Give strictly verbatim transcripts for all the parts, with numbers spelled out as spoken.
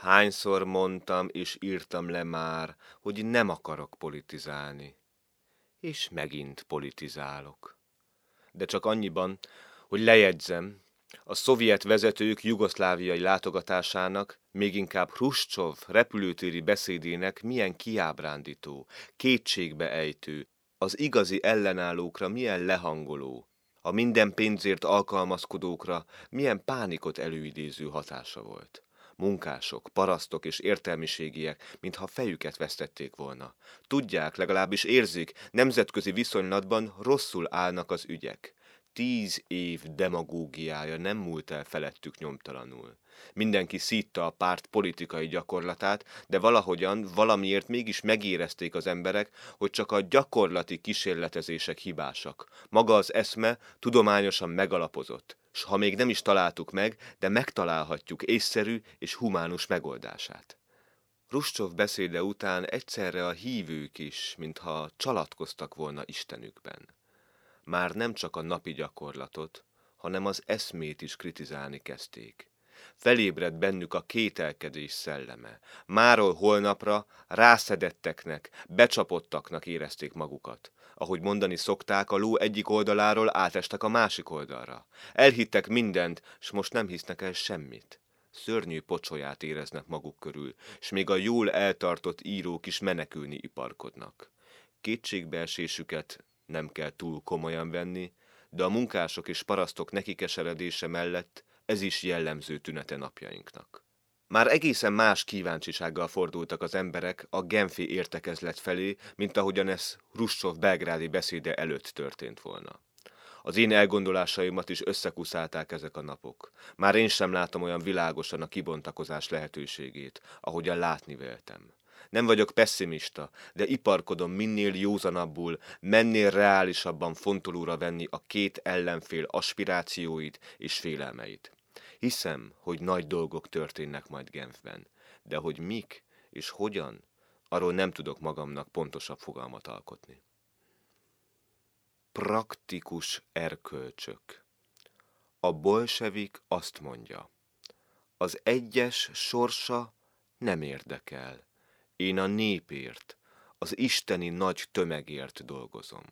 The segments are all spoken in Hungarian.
Hányszor mondtam és írtam le már, hogy nem akarok politizálni. És megint politizálok. De csak annyiban, hogy lejegyzem, a szovjet vezetők jugoszláviai látogatásának, még inkább Hruscsov repülőtéri beszédének milyen kiábrándító, kétségbe ejtő, az igazi ellenállókra milyen lehangoló, a minden pénzért alkalmazkodókra milyen pánikot előidéző hatása volt. Munkások, parasztok és értelmiségiek, mintha fejüket vesztették volna. Tudják, legalábbis érzik, nemzetközi viszonylatban rosszul állnak az ügyek. Tíz év demagógiája nem múlt el felettük nyomtalanul. Mindenki szítta a párt politikai gyakorlatát, de valahogyan, valamiért mégis megérezték az emberek, hogy csak a gyakorlati kísérletezések hibásak. Maga az eszme tudományosan megalapozott, s ha még nem is találtuk meg, de megtalálhatjuk észszerű és humánus megoldását. Hruscsov beszéde után egyszerre a hívők is, mintha csalatkoztak volna Istenükben. Már nem csak a napi gyakorlatot, hanem az eszmét is kritizálni kezdték. Felébredt bennük a kételkedés szelleme. Máról holnapra rászedetteknek, becsapottaknak érezték magukat. Ahogy mondani szokták, a ló egyik oldaláról átestek a másik oldalra. Elhittek mindent, s most nem hisznek el semmit. Szörnyű pocsolyát éreznek maguk körül, s még a jól eltartott írók is menekülni iparkodnak. Kétségbeesésüket nem kell túl komolyan venni, de a munkások és parasztok nekikeseredése mellett ez is jellemző tünete napjainknak. Már egészen más kíváncsisággal fordultak az emberek a genfi értekezlet felé, mint ahogyan ez Hruscsov belgrádi beszéde előtt történt volna. Az én elgondolásaimat is összekuszálták ezek a napok. Már én sem látom olyan világosan a kibontakozás lehetőségét, ahogyan látni véltem. Nem vagyok pesszimista, de iparkodom minél józanabbul, mennél reálisabban fontolóra venni a két ellenfél aspirációit és félelmeit. Hiszem, hogy nagy dolgok történnek majd Genfben, de hogy mik és hogyan, arról nem tudok magamnak pontosabb fogalmat alkotni. Praktikus erkölcsök. A bolsevik azt mondja, az egyes sorsa nem érdekel. Én a népért, az isteni nagy tömegért dolgozom.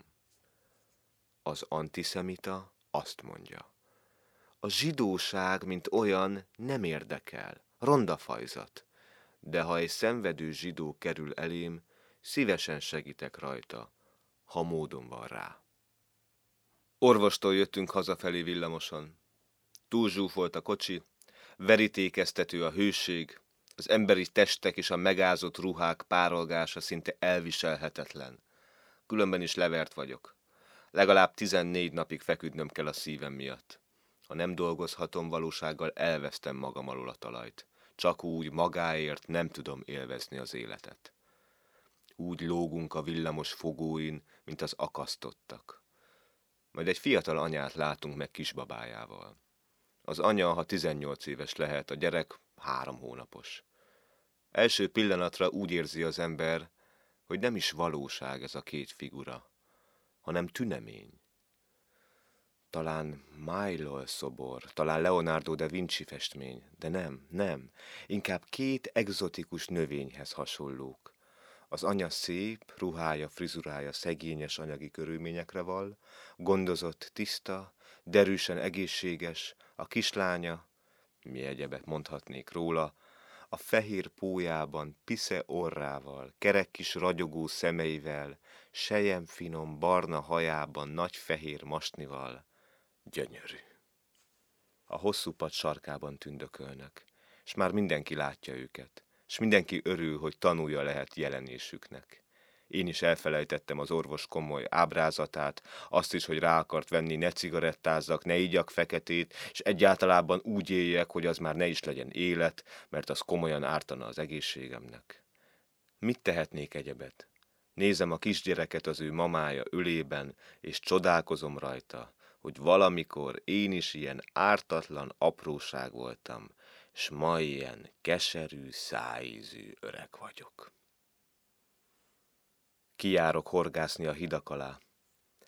Az antiszemita azt mondja, a zsidóság, mint olyan, nem érdekel, rondafajzat, de ha egy szenvedő zsidó kerül elém, szívesen segítek rajta, ha módom van rá. Orvostól jöttünk hazafelé villamoson. Túl zsúfolt a kocsi, verítékeztető a hőség, az emberi testek és a megázott ruhák párolgása szinte elviselhetetlen. Különben is levert vagyok. Legalább tizennégy napig feküdnöm kell a szívem miatt. Ha nem dolgozhatom, valósággal elvesztem magam alól a talajt. Csak úgy magáért nem tudom élvezni az életet. Úgy lógunk a villamos fogóin, mint az akasztottak. Majd egy fiatal anyát látunk meg kisbabájával. Az anya, ha tizennyolc éves lehet, a gyerek három hónapos. Első pillanatra úgy érzi az ember, hogy nem is valóság ez a két figura, hanem tünemény. Talán Milo szobor, talán Leonardo da Vinci festmény, de nem, nem, inkább két egzotikus növényhez hasonlók. Az anya szép, ruhája, frizurája szegényes anyagi körülményekre vall, gondozott, tiszta, derűsen egészséges, a kislánya, mi egyebet mondhatnék róla, a fehér pójában, pisze orrával, kerek kis ragyogó szemeivel, selyemfinom barna hajában, nagy fehér masnival, gyönyörű. A hosszú pad sarkában tündökölnek, s már mindenki látja őket, s mindenki örül, hogy tanulja lehet jelenésüknek. Én is elfelejtettem az orvos komoly ábrázatát, azt is, hogy rá akart venni, ne cigarettázzak, ne igyak feketét, és egyáltalában úgy éljek, hogy az már ne is legyen élet, mert az komolyan ártana az egészségemnek. Mit tehetnék egyebet? Nézem a kisgyereket az ő mamája ölében, és csodálkozom rajta, hogy valamikor én is ilyen ártatlan apróság voltam, s ma ilyen keserű, szájízű öreg vagyok. Kijárok horgászni a hidak alá.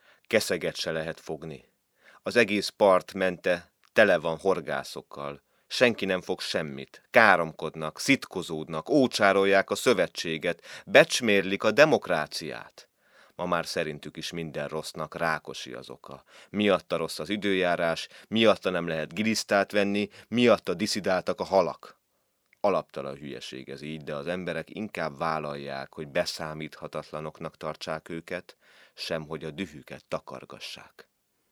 Keszeget se lehet fogni. Az egész part mente tele van horgászokkal, Senki nem fog semmit, káromkodnak, szitkozódnak, ócsárolják a szövetséget, becsmérlik a demokráciát. Ma már szerintük is minden rossznak Rákosi az oka. Miatta rossz az időjárás, miatta nem lehet gilisztát venni, miatta diszidáltak a halak. Alaptalan hülyeség ez így, de az emberek inkább vállalják, hogy beszámíthatatlanoknak tartsák őket, sem hogy a dühüket takargassák.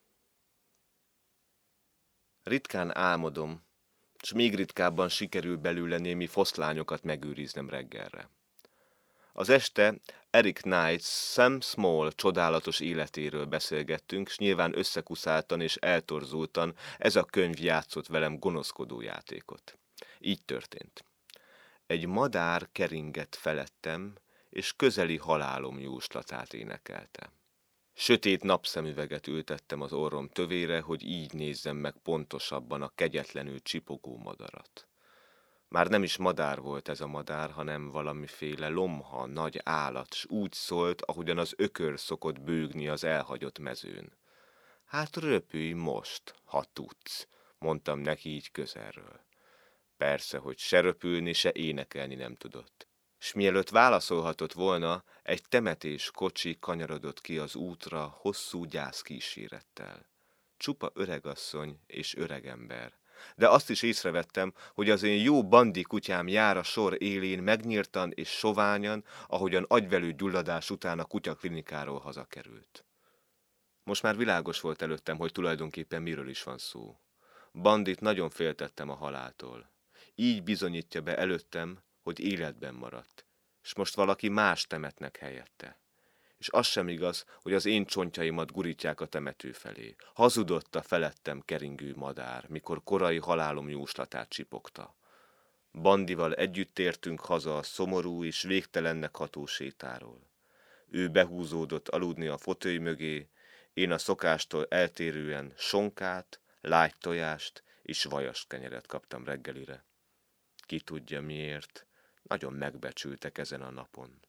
Ritkán álmodom, s még ritkábban sikerül belőle némi foszlányokat megőriznem reggelre. Az este Eric Knight Sam Small csodálatos életéről beszélgettünk, s nyilván összekuszáltan és eltorzultan ez a könyv játszott velem gonoszkodó játékot. Így történt. Egy madár keringett felettem, és közeli halálom jóslatát énekelte. Sötét napszemüveget ültettem az orrom tövére, hogy így nézzem meg pontosabban a kegyetlenül csipogó madarat. Már nem is madár volt ez a madár, hanem valamiféle lomha, nagy állat, s úgy szólt, ahogyan az ökör szokott bőgni az elhagyott mezőn. Hát röpülj most, ha tudsz, mondtam neki így közelről. Persze, hogy se röpülni, se énekelni nem tudott. S mielőtt válaszolhatott volna, egy temetés kocsi kanyarodott ki az útra hosszú gyászkísérettel. Csupa öregasszony és öregember. De azt is észrevettem, hogy az én jó bandi kutyám jár a sor élén megnyírtan és soványan, ahogyan agyvelő gyulladás után a kutyaklinikáról hazakerült. Most már világos volt előttem, hogy tulajdonképpen miről is van szó. Bandit nagyon féltettem a haláltól. Így bizonyítja be előttem, hogy életben maradt, és most valaki más temetnek helyette. És az sem igaz, hogy az én csontjaimat gurítják a temető felé. Hazudott a felettem keringő madár, mikor korai halálom jóslatát csipogta. Bandival együtt tértünk haza a szomorú és végtelennek ható sétáról. Ő behúzódott aludni a fotöly mögé, én a szokástól eltérően sonkát, lágy tojást és vajast kenyeret kaptam reggelire. Ki tudja miért, nagyon megbecsültek ezen a napon.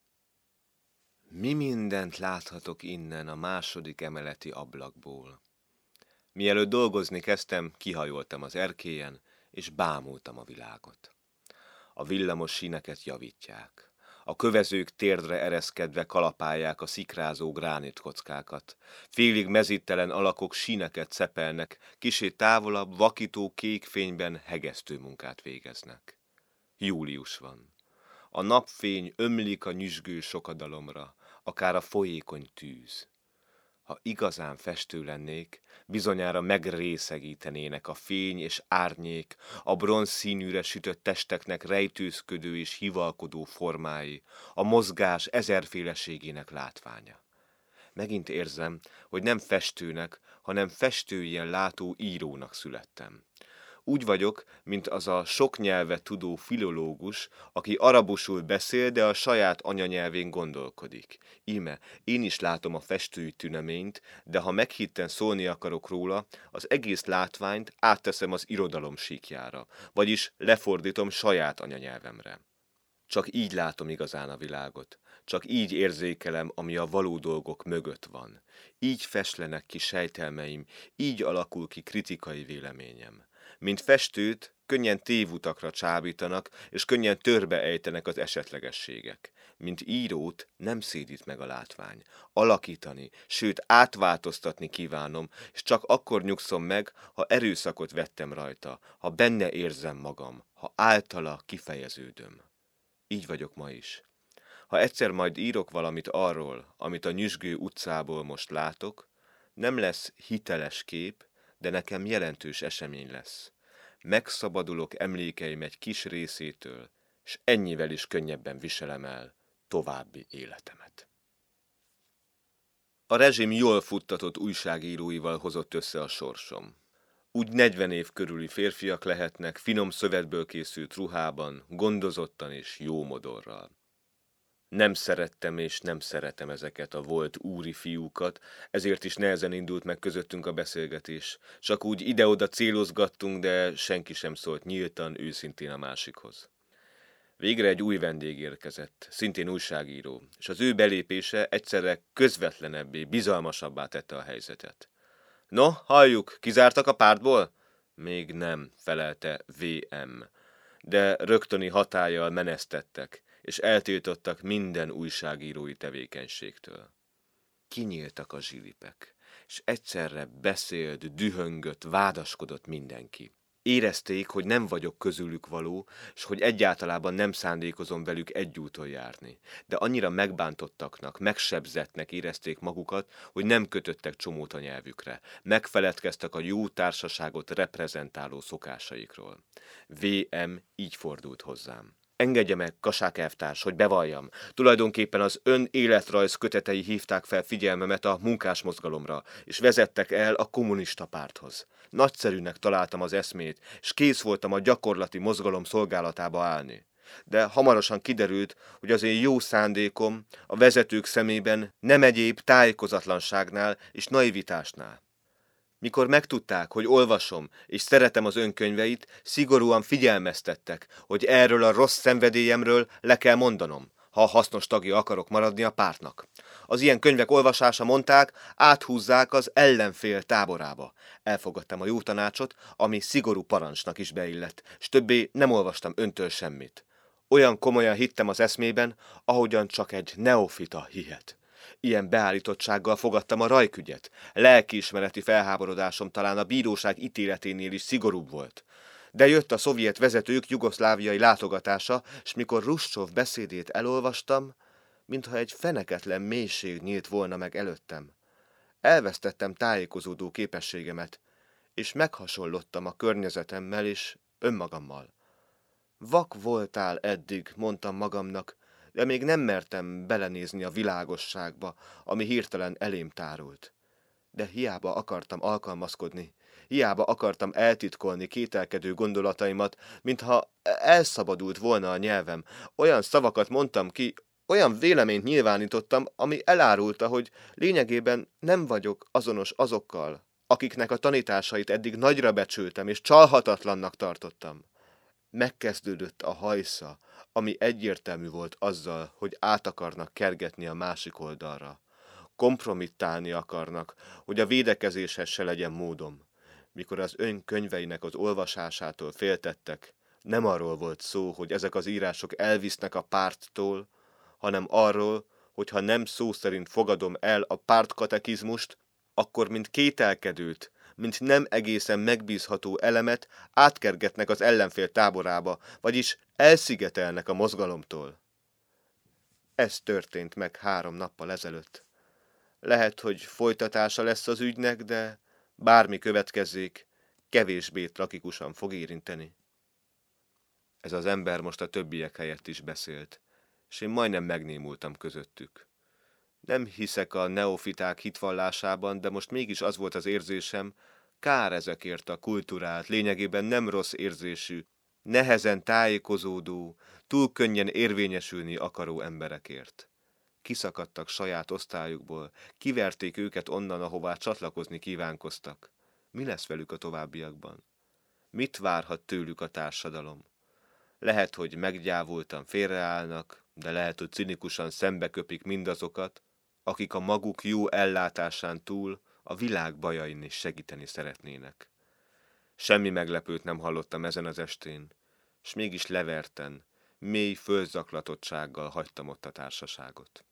Mi mindent láthatok innen a második emeleti ablakból. Mielőtt dolgozni kezdtem, kihajoltam az erkélyen, és bámultam a világot. A villamos síneket javítják. A kövezők térdre ereszkedve kalapálják a szikrázó gránitkockákat. Félig mezítelen alakok síneket cepelnek, kissé távolabb, vakító kék fényben hegesztő munkát végeznek. Július van. A napfény ömlik a nyüzsgő sokadalomra, akár a folyékony tűz. Ha igazán festő lennék, bizonyára megrészegítenének a fény és árnyék, a bronz színűre sütött testeknek rejtőzködő és hivalkodó formái, a mozgás ezerféleségének látványa. Megint érzem, hogy nem festőnek, hanem festőjen látó írónak születtem. Úgy vagyok, mint az a sok nyelvet tudó filológus, aki arabusul beszél, de a saját anyanyelvén gondolkodik. Íme, én is látom a festői tüneményt, de ha meghitten szólni akarok róla, az egész látványt átteszem az irodalom síkjára, vagyis lefordítom saját anyanyelvemre. Csak így látom igazán a világot, csak így érzékelem, ami a való dolgok mögött van. Így feslenek ki sejtelmeim, így alakul ki kritikai véleményem. Mint festőt, könnyen tévutakra csábítanak, és könnyen törbe ejtenek az esetlegességek. Mint írót nem szédít meg a látvány. Alakítani, sőt átváltoztatni kívánom, és csak akkor nyugszom meg, ha erőszakot vettem rajta, ha benne érzem magam, ha általa kifejeződöm. Így vagyok ma is. Ha egyszer majd írok valamit arról, amit a nyüzsgő utcából most látok, nem lesz hiteles kép, de nekem jelentős esemény lesz. Megszabadulok emlékeim egy kis részétől, s ennyivel is könnyebben viselem el további életemet. A rezsim jól futtatott újságíróival hozott össze a sorsom. Úgy negyven év körüli férfiak lehetnek, finom szövetből készült ruhában, gondozottan és jó modorral. Nem szerettem és nem szeretem ezeket a volt úri fiúkat, ezért is nehezen indult meg közöttünk a beszélgetés. Csak úgy ide-oda célozgattunk, de senki sem szólt nyíltan, őszintén a másikhoz. Végre egy új vendég érkezett, szintén újságíró, és az ő belépése egyszerre közvetlenebbé, bizalmasabbá tette a helyzetet. No, halljuk, kizártak a pártból? Még nem, felelte vé em, de rögtöni hatállyal menesztettek, és eltiltottak minden újságírói tevékenységtől. Kinyíltak a zsilipek, és egyszerre beszélt, dühöngött, vádaskodott mindenki. Érezték, hogy nem vagyok közülük való, és hogy egyáltalában nem szándékozom velük egyúton járni. De annyira megbántottaknak, megsebzettnek érezték magukat, hogy nem kötöttek csomót a nyelvükre. Megfeledkeztek a jó társaságot reprezentáló szokásaikról. vé em így fordult hozzám. Engedje meg, Kasák elvtárs, hogy bevalljam. Tulajdonképpen az ön életrajz kötetei hívták fel figyelmemet a munkásmozgalomra, és vezettek el a kommunista párthoz. Nagyszerűnek találtam az eszmét, és kész voltam a gyakorlati mozgalom szolgálatába állni. De hamarosan kiderült, hogy az én jó szándékom a vezetők szemében nem egyéb tájékozatlanságnál és naivitásnál. Mikor megtudták, hogy olvasom és szeretem az önkönyveit, szigorúan figyelmeztettek, hogy erről a rossz szenvedélyemről le kell mondanom, ha hasznos tagja akarok maradni a pártnak. Az ilyen könyvek olvasása, mondták, áthúzzák az ellenfél táborába. Elfogadtam a jó tanácsot, ami szigorú parancsnak is beillett, s többé nem olvastam öntől semmit. Olyan komolyan hittem az eszmében, ahogyan csak egy neofita hihet. Ilyen beállítottsággal fogadtam a rajkügyet. Lelkiismereti felháborodásom talán a bíróság ítéleténél is szigorúbb volt. De jött a szovjet vezetők jugoszláviai látogatása, s mikor Hruscsov beszédét elolvastam, mintha egy feneketlen mélység nyílt volna meg előttem. Elvesztettem tájékozódó képességemet, és meghasonlottam a környezetemmel és önmagammal. Vak voltál eddig, mondtam magamnak, de még nem mertem belenézni a világosságba, ami hirtelen elém tárult. De hiába akartam alkalmazkodni, hiába akartam eltitkolni kételkedő gondolataimat, mintha elszabadult volna a nyelvem. Olyan szavakat mondtam ki, olyan véleményt nyilvánítottam, ami elárulta, hogy lényegében nem vagyok azonos azokkal, akiknek a tanításait eddig nagyra becsültem és csalhatatlannak tartottam. Megkezdődött a hajsza, ami egyértelmű volt azzal, hogy át akarnak kergetni a másik oldalra. Kompromittálni akarnak, hogy a védekezéshez se legyen módom. Mikor az ön könyveinek az olvasásától féltettek, nem arról volt szó, hogy ezek az írások elvisznek a párttól, hanem arról, hogy ha nem szó szerint fogadom el a pártkatekizmust, akkor mint kételkedőt, mint nem egészen megbízható elemet átkergetnek az ellenfél táborába, vagyis elszigetelnek a mozgalomtól. Ez történt meg három nappal ezelőtt. Lehet, hogy folytatása lesz az ügynek, de bármi következzék, kevésbé tragikusan fog érinteni. Ez az ember most a többiek helyett is beszélt, és én majdnem megnémultam közöttük. Nem hiszek a neofiták hitvallásában, de most mégis az volt az érzésem, kár ezekért a kulturált, lényegében nem rossz érzésű, nehezen tájékozódó, túl könnyen érvényesülni akaró emberekért. Kiszakadtak saját osztályukból, kiverték őket onnan, ahová csatlakozni kívánkoztak. Mi lesz velük a továbbiakban? Mit várhat tőlük a társadalom? Lehet, hogy meggyávultan félreállnak, de lehet, hogy cinikusan szembeköpik mindazokat, akik a maguk jó ellátásán túl a világ bajain is segíteni szeretnének. Semmi meglepőt nem hallottam ezen az estén, s mégis leverten, mély fölzaklatottsággal hagytam ott a társaságot.